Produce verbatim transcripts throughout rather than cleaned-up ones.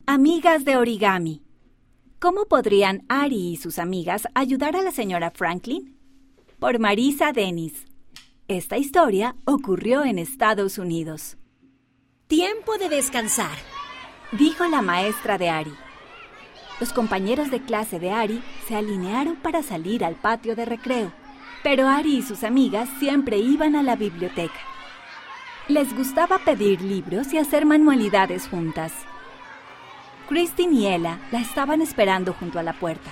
Amigas de origami. ¿Cómo podrían Ari y sus amigas ayudar a la señora Franklin? Por Marisa Dennis. Esta historia ocurrió en Estados Unidos. Tiempo de descansar, dijo la maestra de Ari. Los compañeros de clase de Ari se alinearon para salir al patio de recreo, pero Ari y sus amigas siempre iban a la biblioteca. Les gustaba pedir libros y hacer manualidades juntas. Kristin y Ella la estaban esperando junto a la puerta.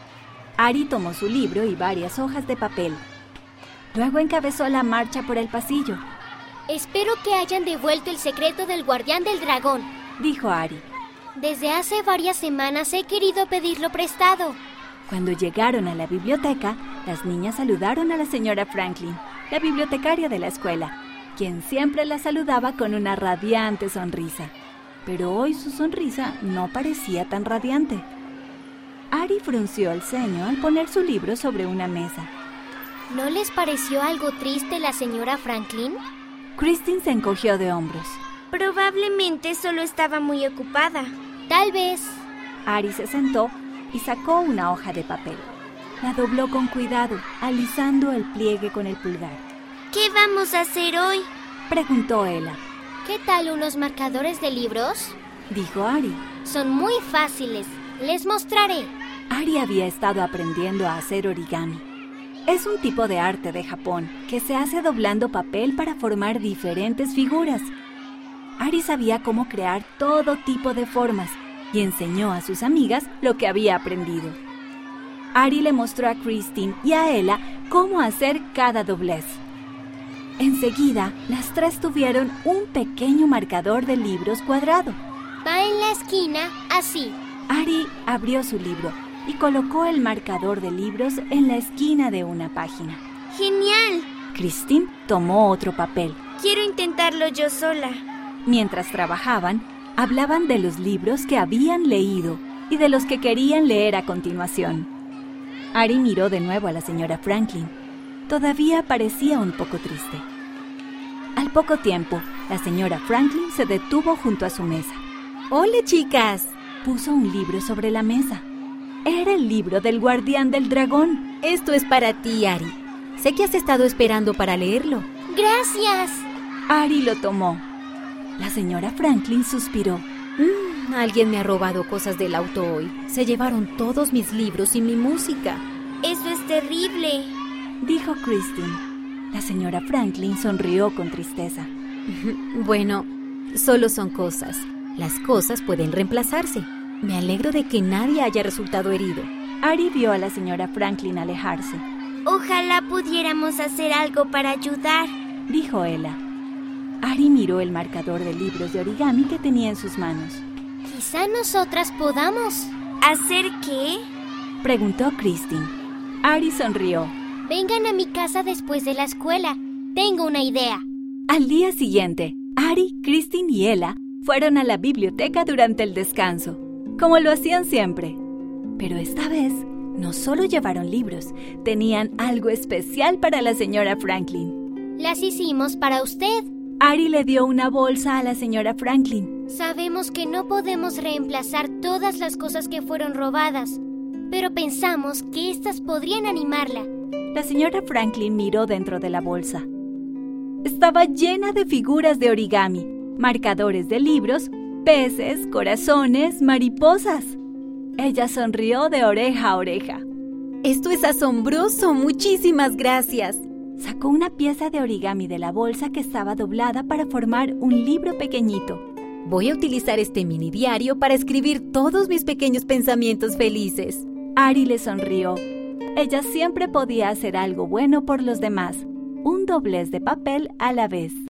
Ari tomó su libro y varias hojas de papel. Luego encabezó la marcha por el pasillo. Espero que hayan devuelto el secreto del guardián del dragón, dijo Ari. Desde hace varias semanas he querido pedirlo prestado. Cuando llegaron a la biblioteca, las niñas saludaron a la señora Franklin, la bibliotecaria de la escuela, quien siempre la saludaba con una radiante sonrisa. Pero hoy su sonrisa no parecía tan radiante. Ari frunció el ceño al poner su libro sobre una mesa. ¿No les pareció algo triste la señora Franklin? Kristin se encogió de hombros. Probablemente solo estaba muy ocupada. Tal vez. Ari se sentó y sacó una hoja de papel. La dobló con cuidado, alisando el pliegue con el pulgar. ¿Qué vamos a hacer hoy?, preguntó Ella. ¿Qué tal unos marcadores de libros?, dijo Ari. Son muy fáciles. Les mostraré. Ari había estado aprendiendo a hacer origami. Es un tipo de arte de Japón que se hace doblando papel para formar diferentes figuras. Ari sabía cómo crear todo tipo de formas y enseñó a sus amigas lo que había aprendido. Ari le mostró a Kristin y a Ella cómo hacer cada doblez. Enseguida, las tres tuvieron un pequeño marcador de libros cuadrado. Va en la esquina, así. Ari abrió su libro y colocó el marcador de libros en la esquina de una página. ¡Genial! Kristin tomó otro papel. Quiero intentarlo yo sola. Mientras trabajaban, hablaban de los libros que habían leído y de los que querían leer a continuación. Ari miró de nuevo a la señora Franklin. Todavía parecía un poco triste. Al poco tiempo, la señora Franklin se detuvo junto a su mesa. ¡Hola, chicas! Puso un libro sobre la mesa. Era el libro del guardián del dragón. Esto es para ti, Ari. Sé que has estado esperando para leerlo. ¡Gracias! Ari lo tomó. La señora Franklin suspiró. Mm, alguien me ha robado cosas del auto hoy. Se llevaron todos mis libros y mi música. Eso es terrible, dijo Kristin. La señora Franklin sonrió con tristeza. Bueno, solo son cosas. Las cosas pueden reemplazarse. Me alegro de que nadie haya resultado herido. Ari vio a la señora Franklin alejarse. Ojalá pudiéramos hacer algo para ayudar, dijo Ella. Ari miró el marcador de libros de origami que tenía en sus manos. Quizá nosotras podamos. ¿Hacer qué?, preguntó Kristin. Ari sonrió. Vengan a mi casa después de la escuela. Tengo una idea. Al día siguiente, Ari, Kristin y Ella fueron a la biblioteca durante el descanso, como lo hacían siempre. Pero esta vez, no solo llevaron libros, tenían algo especial para la señora Franklin. Las hicimos para usted. Ari le dio una bolsa a la señora Franklin. Sabemos que no podemos reemplazar todas las cosas que fueron robadas, pero pensamos que estas podrían animarla. La señora Franklin miró dentro de la bolsa. Estaba llena de figuras de origami, marcadores de libros, peces, corazones, mariposas. Ella sonrió de oreja a oreja. ¡Esto es asombroso! ¡Muchísimas gracias! Sacó una pieza de origami de la bolsa que estaba doblada para formar un libro pequeñito. Voy a utilizar este mini diario para escribir todos mis pequeños pensamientos felices. Ari le sonrió. Ella siempre podía hacer algo bueno por los demás, un doblez de papel a la vez.